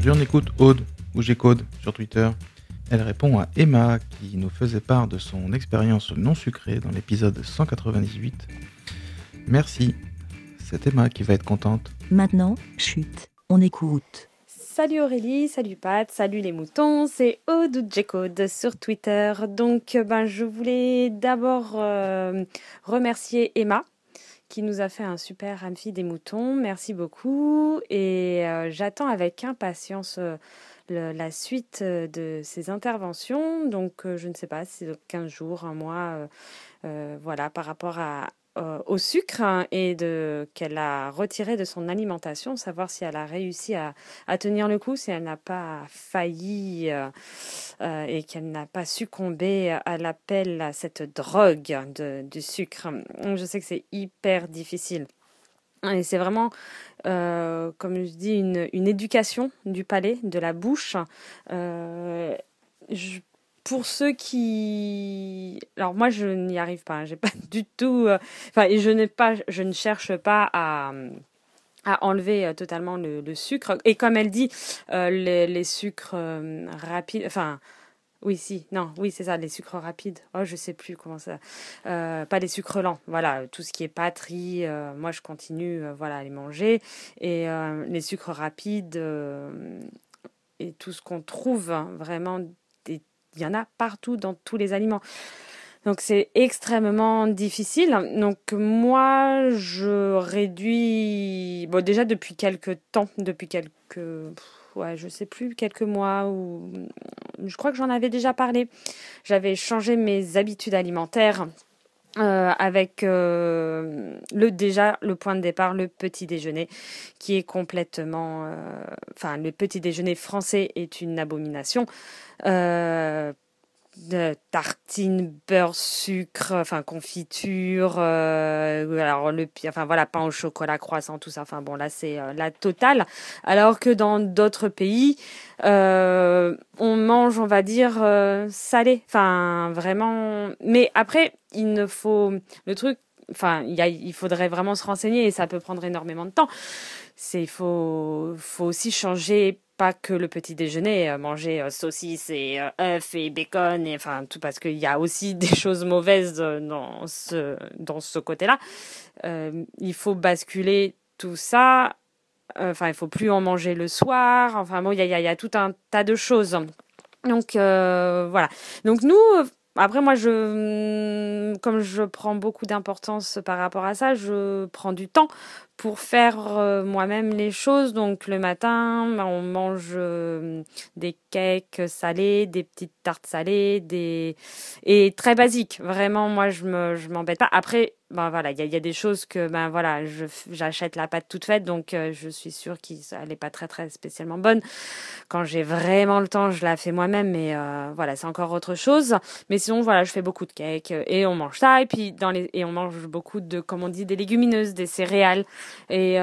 Aujourd'hui, on écoute Aude, ou Gcode, sur Twitter. Elle répond à Emma, qui nous faisait part de son expérience non sucrée dans l'épisode 198. Merci, c'est Emma qui va être contente. Maintenant, chut, on écoute. Salut Aurélie, salut Pat, salut les moutons, c'est Aude ou Gcode sur Twitter. Donc je voulais d'abord remercier Emma qui nous a fait un super amphi des moutons. Merci beaucoup et j'attends avec impatience la suite de ces interventions. Donc je ne sais pas, si c'est 15 jours, un mois, voilà, par rapport au sucre et qu'elle a retiré de son alimentation, savoir si elle a réussi à tenir le coup, si elle n'a pas failli et qu'elle n'a pas succombé à l'appel à cette drogue du sucre. Je sais que c'est hyper difficile. Et c'est vraiment, comme je dis, une éducation du palais, de la bouche. Pour ceux qui... Alors moi, je n'y arrive pas. J'ai pas du tout... et je ne cherche pas à enlever totalement le sucre. Et comme elle dit, les sucres rapides... Oui, c'est ça, les sucres rapides. Oh, je sais plus comment ça... pas les sucres lents. Voilà, tout ce qui est pâterie, moi, je continue à les manger. Et les sucres rapides et tout ce qu'on trouve vraiment... Il y en a partout dans tous les aliments. Donc, c'est extrêmement difficile. Donc, moi, je réduis... Bon, déjà, depuis quelques temps, je sais plus, quelques mois, ou je crois que j'en avais déjà parlé. J'avais changé mes habitudes alimentaires avec le point de départ, le petit déjeuner, qui est complètement... le petit déjeuner français est une abomination. De tartines, beurre, sucre, confiture, pain au chocolat, croissant, tout ça. Là, c'est la totale. Alors que dans d'autres pays, on mange, on va dire, salé. Vraiment. Mais après, il faudrait vraiment se renseigner et ça peut prendre énormément de temps. Il faut aussi changer, pas que le petit déjeuner, manger saucisses et œufs et bacon, et tout, parce qu'il y a aussi des choses mauvaises dans ce côté-là. Il faut basculer tout ça. Il faut plus en manger le soir. Il y a tout un tas de choses. Donc voilà. Donc nous. Après, moi, comme je prends beaucoup d'importance par rapport à ça, je prends du temps pour faire moi-même les choses. Donc, le matin, on mange des cakes salés, des petites tartes salées, et très basiques. Vraiment, moi, je m'embête pas. Après, il y a des choses que, j'achète la pâte toute faite, donc je suis sûre qu'elle n'est pas très, très spécialement bonne. Quand j'ai vraiment le temps, je la fais moi-même, mais c'est encore autre chose. Mais sinon, je fais beaucoup de cakes et on mange ça. Et puis, on mange beaucoup comme on dit, des légumineuses, des céréales. Et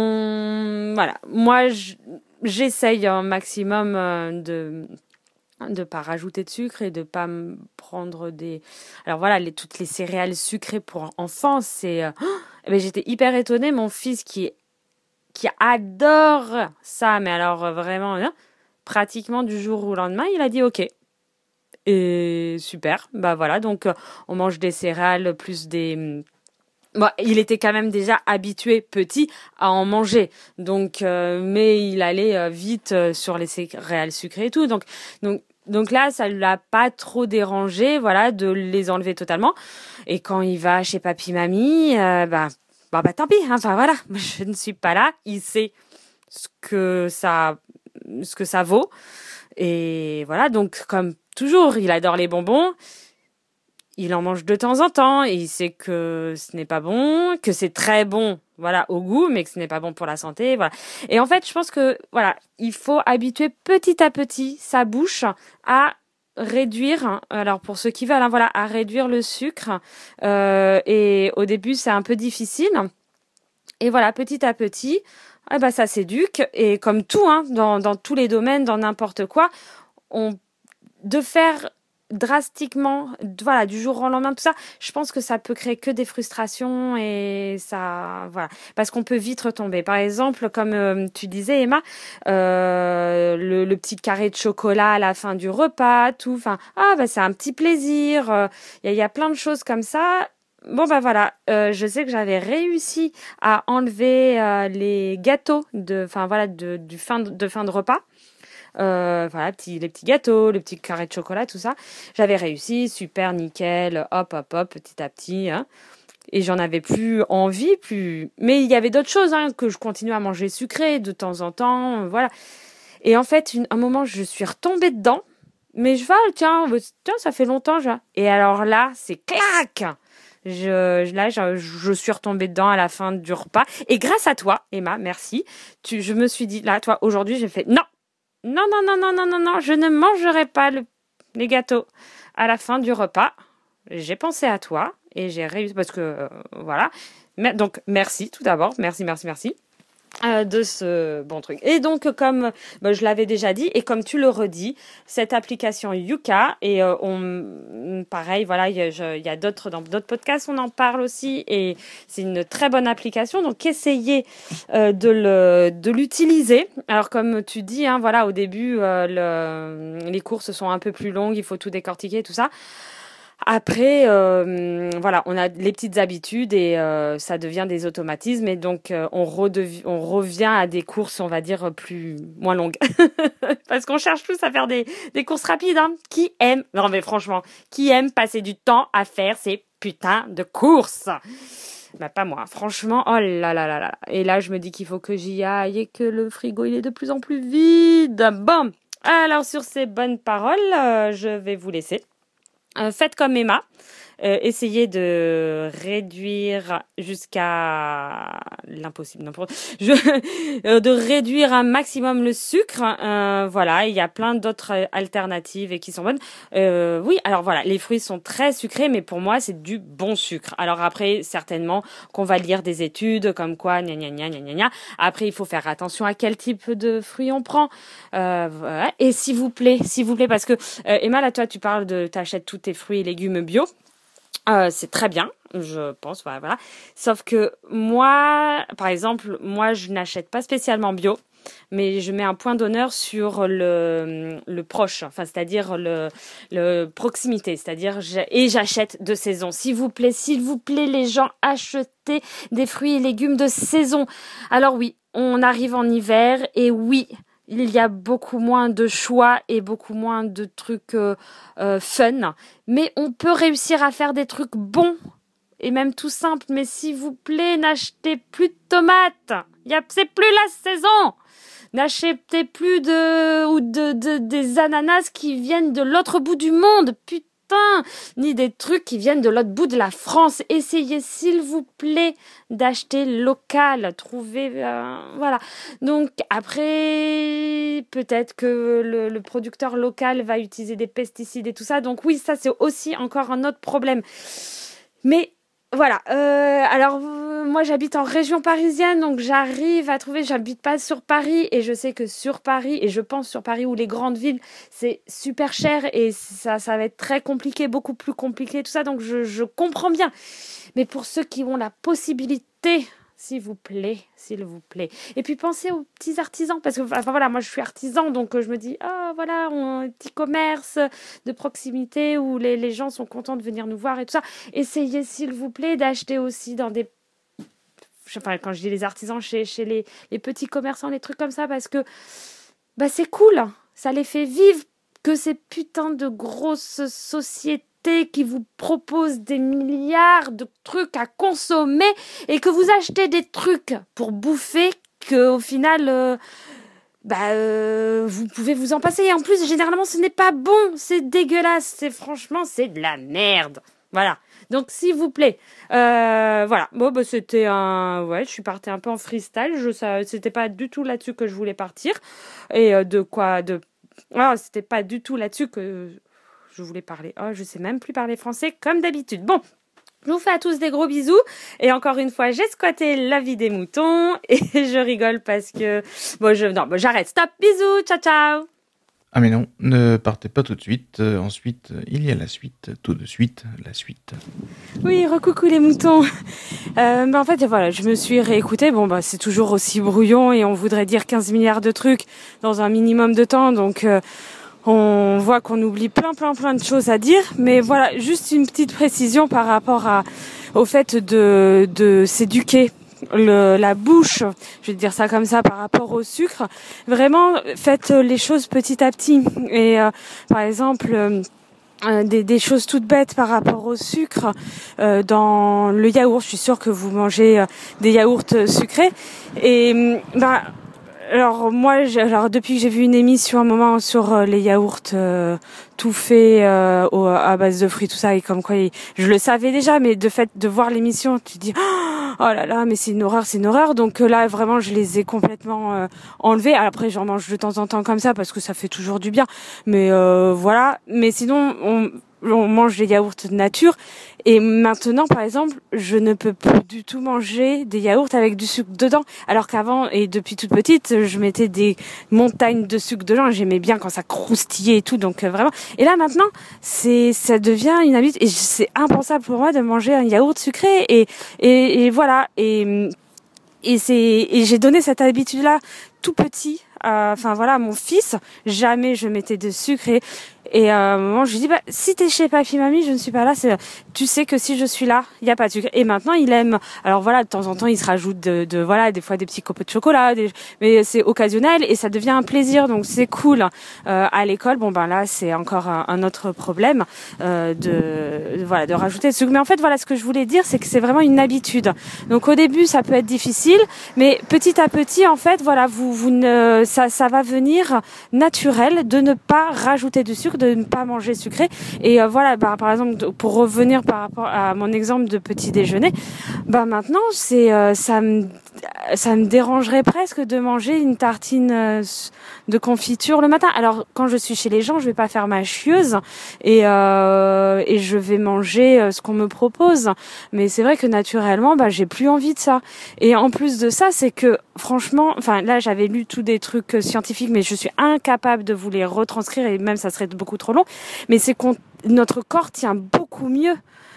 moi, j'essaye un maximum de pas rajouter de sucre et de pas me prendre toutes les céréales sucrées pour enfants, c'est j'étais hyper étonnée. Mon fils qui adore ça, mais alors vraiment pratiquement du jour au lendemain, il a dit OK. Et super, donc on mange des céréales plus des... il était quand même déjà habitué petit à en manger, donc mais il allait vite sur les céréales sucrées et tout, donc là, ça l'a pas trop dérangé, de les enlever totalement. Et quand il va chez papy mamie, tant pis, je ne suis pas là. Il sait ce que ça vaut. Et voilà, donc comme toujours, il adore les bonbons. Il en mange de temps en temps et il sait que ce n'est pas bon, que c'est très bon, au goût, mais que ce n'est pas bon pour la santé, voilà. Et en fait, je pense que, il faut habituer petit à petit sa bouche à réduire, alors pour ceux qui veulent, à réduire le sucre. Et au début, c'est un peu difficile. Et petit à petit, ça s'éduque. Et comme tout, dans tous les domaines, dans n'importe quoi, de faire drastiquement, voilà, du jour au lendemain, tout ça, je pense que ça peut créer que des frustrations et ça, voilà, parce qu'on peut vite retomber. Par exemple, comme tu disais, Emma, le petit carré de chocolat à la fin du repas, tout, enfin, c'est un petit plaisir. Il y a plein de choses comme ça. Bon voilà, je sais que j'avais réussi à enlever les gâteaux de fin de repas. Voilà, les petits gâteaux, le petit carré de chocolat, tout ça. J'avais réussi, super, nickel, hop, petit à petit. Hein. Et j'en avais plus envie, Mais il y avait d'autres choses, hein, que je continue à manger sucré de temps en temps, voilà. Et en fait, un moment, je suis retombée dedans. Mais je vais, tiens, ça fait longtemps, Et alors là, c'est clac! Je suis retombée dedans à la fin du repas. Et grâce à toi, Emma, merci. Je me suis dit, là, toi, aujourd'hui, j'ai fait non, je ne mangerai pas les gâteaux à la fin du repas. J'ai pensé à toi et j'ai réussi parce que voilà. Donc merci tout d'abord, merci de ce bon truc. Et donc comme je l'avais déjà dit et comme tu le redis, cette application Yuka et pareil voilà, il y a d'autres dans d'autres podcasts on en parle aussi et c'est une très bonne application. Donc essayez de l'utiliser. Alors comme tu dis hein, voilà au début les courses sont un peu plus longues, il faut tout décortiquer tout ça. Après, voilà, on a les petites habitudes et ça devient des automatismes et donc on revient à des courses, on va dire moins longues, parce qu'on cherche tous à faire des courses rapides. Hein. Non mais franchement, qui aime passer du temps à faire ces putains de courses? Bah pas moi, franchement, oh là là là là. Et là, je me dis qu'il faut que j'y aille et que le frigo il est de plus en plus vide. Bon, alors sur ces bonnes paroles, je vais vous laisser. Faites comme Emma, essayez de réduire jusqu'à l'impossible, de réduire un maximum le sucre. Voilà, il y a plein d'autres alternatives et qui sont bonnes. Oui, alors voilà, les fruits sont très sucrés, mais pour moi c'est du bon sucre. Alors après, certainement qu'on va lire des études comme quoi, gna gna gna gna gna gna. Après, il faut faire attention à quel type de fruits on prend. Voilà. Et s'il vous plaît, parce que Emma, là, toi, tu parles t'achètes tous tes fruits et légumes bio. C'est très bien, je pense, voilà. Sauf que moi, par exemple, je n'achète pas spécialement bio, mais je mets un point d'honneur sur le proche, enfin, c'est-à-dire le proximité, c'est-à-dire et j'achète de saison. S'il vous plaît, les gens, achetez des fruits et légumes de saison. Alors oui, on arrive en hiver et oui, il y a beaucoup moins de choix et beaucoup moins de trucs fun. Mais on peut réussir à faire des trucs bons et même tout simples. Mais s'il vous plaît, n'achetez plus de tomates. C'est plus la saison. N'achetez plus des ananas qui viennent de l'autre bout du monde. Putain, ni des trucs qui viennent de l'autre bout de la France. Essayez, s'il vous plaît, d'acheter local. Trouvez, voilà. Donc, après, peut-être que le producteur local va utiliser des pesticides et tout ça. Donc, oui, ça, c'est aussi encore un autre problème. Mais, voilà. Alors, moi, j'habite en région parisienne, donc j'arrive à trouver. J'habite pas sur Paris, et je sais que sur Paris, et je pense sur Paris ou les grandes villes, c'est super cher et ça va être très compliqué, beaucoup plus compliqué, tout ça. Donc, je comprends bien. Mais pour ceux qui ont la possibilité, s'il vous plaît. Et puis pensez aux petits artisans, parce que voilà, moi je suis artisan, donc je me dis voilà, un petit commerce de proximité où les gens sont contents de venir nous voir et tout ça. Essayez s'il vous plaît d'acheter aussi dans des, enfin quand je dis les artisans, chez les petits commerçants, les trucs comme ça, parce que c'est cool, ça les fait vivre que ces putains de grosses sociétés qui vous propose des milliards de trucs à consommer et que vous achetez des trucs pour bouffer que au final vous pouvez vous en passer. Et en plus, généralement, ce n'est pas bon, c'est dégueulasse, franchement, c'est de la merde. Voilà. Donc, s'il vous plaît, voilà. Bon, c'était je suis partie un peu en freestyle. C'était pas du tout là-dessus que je voulais partir. Et c'était pas du tout là-dessus que je voulais parler. Je sais même plus parler français comme d'habitude. Bon, je vous fais à tous des gros bisous. Et encore une fois, j'ai squatté la vie des moutons et je rigole parce que j'arrête. Stop. Bisous. Ciao, ciao. Ah mais non, ne partez pas tout de suite. Ensuite, il y a la suite. Tout de suite, la suite. Oui, recoucou les moutons. En fait, voilà, je me suis réécoutée. Bon, c'est toujours aussi brouillon et on voudrait dire 15 milliards de trucs dans un minimum de temps. Donc, on voit qu'on oublie plein de choses à dire. Mais voilà, juste une petite précision par rapport au fait de s'éduquer. La bouche, je vais dire ça comme ça, par rapport au sucre. Vraiment, faites les choses petit à petit. Et par exemple, des choses toutes bêtes par rapport au sucre. Dans le yaourt, je suis sûre que vous mangez des yaourts sucrés. Et alors moi, depuis que j'ai vu une émission à un moment sur les yaourts tout faits à base de fruits, tout ça, et comme quoi je le savais déjà, mais de fait de voir l'émission, tu te dis oh là là, mais c'est une horreur. Donc là vraiment, je les ai complètement enlevés. Après, j'en mange de temps en temps comme ça parce que ça fait toujours du bien. Mais voilà. Mais sinon, on mange des yaourts de nature. Et maintenant, par exemple, je ne peux plus du tout manger des yaourts avec du sucre dedans. Alors qu'avant, et depuis toute petite, je mettais des montagnes de sucre dedans. J'aimais bien quand ça croustillait et tout. Donc vraiment. Et là maintenant, ça devient une habitude. Et c'est impensable pour moi de manger un yaourt sucré. Et voilà. Et j'ai donné cette habitude-là tout petit. Enfin voilà, mon fils, jamais je mettais de sucre et à un moment je lui dis si t'es chez papy mamie, je ne suis pas là, tu sais que si je suis là, il y a pas de sucre. Et maintenant il aime. Alors voilà, de temps en temps il se rajoute voilà des fois des petits copeaux de chocolat, mais c'est occasionnel et ça devient un plaisir, donc c'est cool. À l'école, là c'est encore un autre problème de rajouter de sucre. Mais en fait voilà, ce que je voulais dire, c'est que c'est vraiment une habitude. Donc au début ça peut être difficile, mais petit à petit en fait voilà, ça va venir naturel de ne pas rajouter du sucre, de ne pas manger sucré. Et voilà, par exemple, pour revenir par rapport à mon exemple de petit déjeuner, maintenant ça me dérangerait presque de manger une tartine de confiture le matin. Alors quand je suis chez les gens, je vais pas faire ma chieuse et je vais manger ce qu'on me propose. Mais c'est vrai que naturellement, j'ai plus envie de ça. Et en plus de ça, c'est que franchement, là j'avais lu tous des trucs scientifiques, mais je suis incapable de vous les retranscrire et même ça serait beaucoup trop long. Mais c'est notre corps tient beaucoup mieux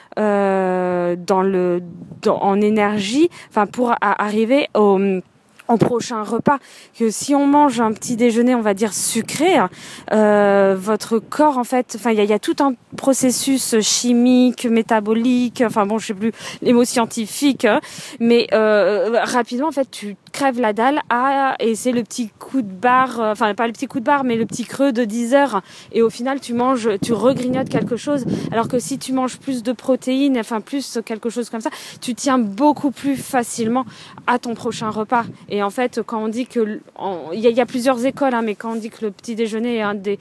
en énergie, pour arriver au prochain repas, que si on mange un petit déjeuner, on va dire sucré, votre corps, en fait, il y a tout un processus chimique, métabolique, je sais plus les mots scientifiques, mais rapidement, en fait, tu crèves la dalle et c'est le petit coup de barre, pas le petit coup de barre, mais le petit creux de 10 heures, et au final, tu regrignotes quelque chose, alors que si tu manges plus de protéines, plus quelque chose comme ça, tu tiens beaucoup plus facilement à ton prochain repas. Et en fait, quand on dit que il y a plusieurs écoles, mais quand on dit que le petit déjeuner est un des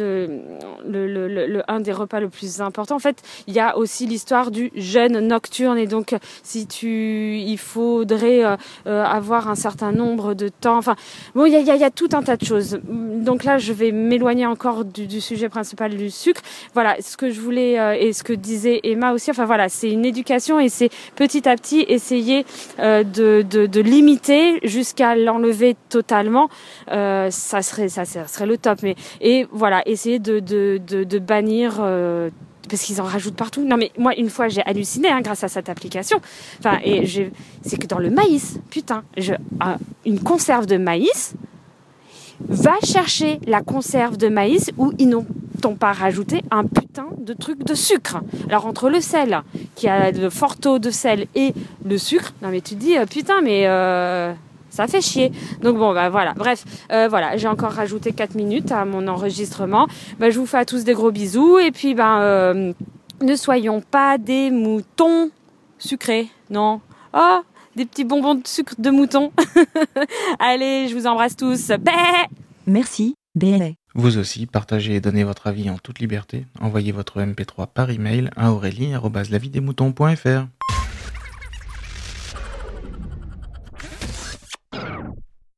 repas le plus important, en fait, il y a aussi l'histoire du jeûne nocturne. Et donc, il faudrait avoir un certain nombre de temps. Il y a tout un tas de choses. Donc là, je vais m'éloigner encore du sujet principal du sucre. Voilà, ce que je voulais et ce que disait Emma aussi. C'est une éducation et c'est petit à petit essayer de limiter jusqu'à l'enlever totalement, ça serait le top. Essayer de bannir parce qu'ils en rajoutent partout. Non mais moi une fois j'ai halluciné grâce à cette application. C'est que dans le maïs, une conserve de maïs, va chercher la conserve de maïs où ils n'ont pas rajouté un putain de truc de sucre. Alors entre le sel, qui a de fort taux de sel, et le sucre, non mais tu te dis putain mais ça fait chier. Donc voilà. Bref, j'ai encore rajouté 4 minutes à mon enregistrement. Je vous fais à tous des gros bisous et puis ne soyons pas des moutons sucrés, non. Oh, des petits bonbons de sucre de mouton. Allez, je vous embrasse tous. Bé. Merci, Bé. Vous aussi, partagez et donnez votre avis en toute liberté. Envoyez votre MP3 par email à aurélie@lavidesmoutons.fr.